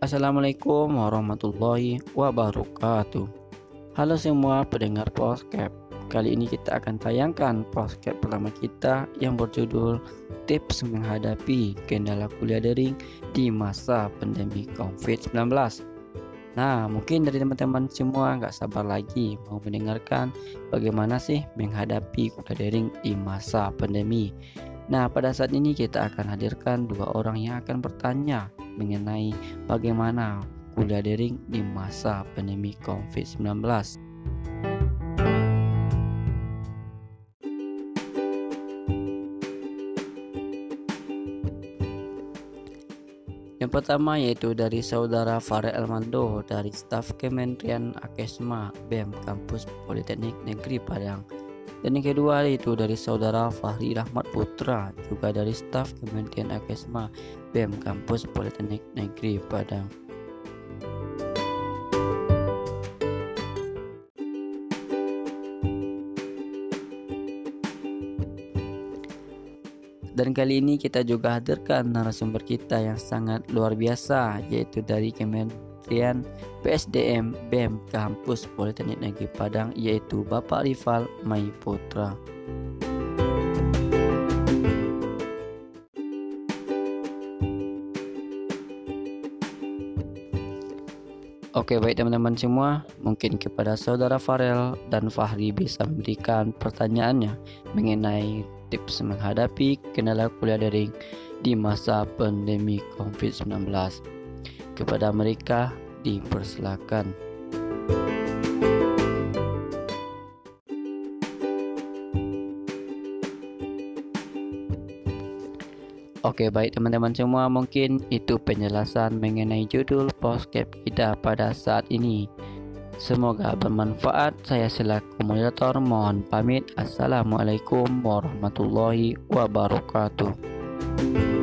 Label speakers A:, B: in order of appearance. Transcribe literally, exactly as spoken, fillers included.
A: Assalamualaikum warahmatullahi wabarakatuh. Halo semua pendengar podcast. Kali ini kita akan tayangkan podcast pertama kita yang berjudul Tips Menghadapi Kendala Kuliah Daring di Masa Pandemi covid sembilan belas. Nah, mungkin dari teman-teman semua nggak sabar lagi mau mendengarkan bagaimana sih menghadapi kuliah daring di masa pandemi. Nah, pada saat ini kita akan hadirkan dua orang yang akan bertanya mengenai bagaimana kuliah daring di masa pandemi covid sembilan belas. Yang pertama yaitu dari saudara Farel Elmando dari staf Kementerian Akesma B E M Kampus Politeknik Negeri Padang. Dan yang kedua yaitu dari saudara Fahri Rahmat Putra juga dari staf Kementerian Akesma B E M Kampus Politeknik Negeri Padang. Dan kali ini kita juga hadirkan narasumber kita yang sangat luar biasa, yaitu dari Kementerian P S D M B E M Kampus Politeknik Negeri Padang, yaitu Bapak Rival Mai Putra. Oke, baik teman-teman semua, mungkin kepada saudara Farel dan Fahri bisa memberikan pertanyaannya mengenai tips menghadapi kendala kuliah daring di masa pandemi covid sembilan belas. Kepada mereka dipersilakan. Oke, baik teman-teman semua, mungkin itu penjelasan mengenai judul podcast kita pada saat ini. Semoga bermanfaat. Saya selaku moderator mohon pamit. Assalamualaikum warahmatullahi wabarakatuh.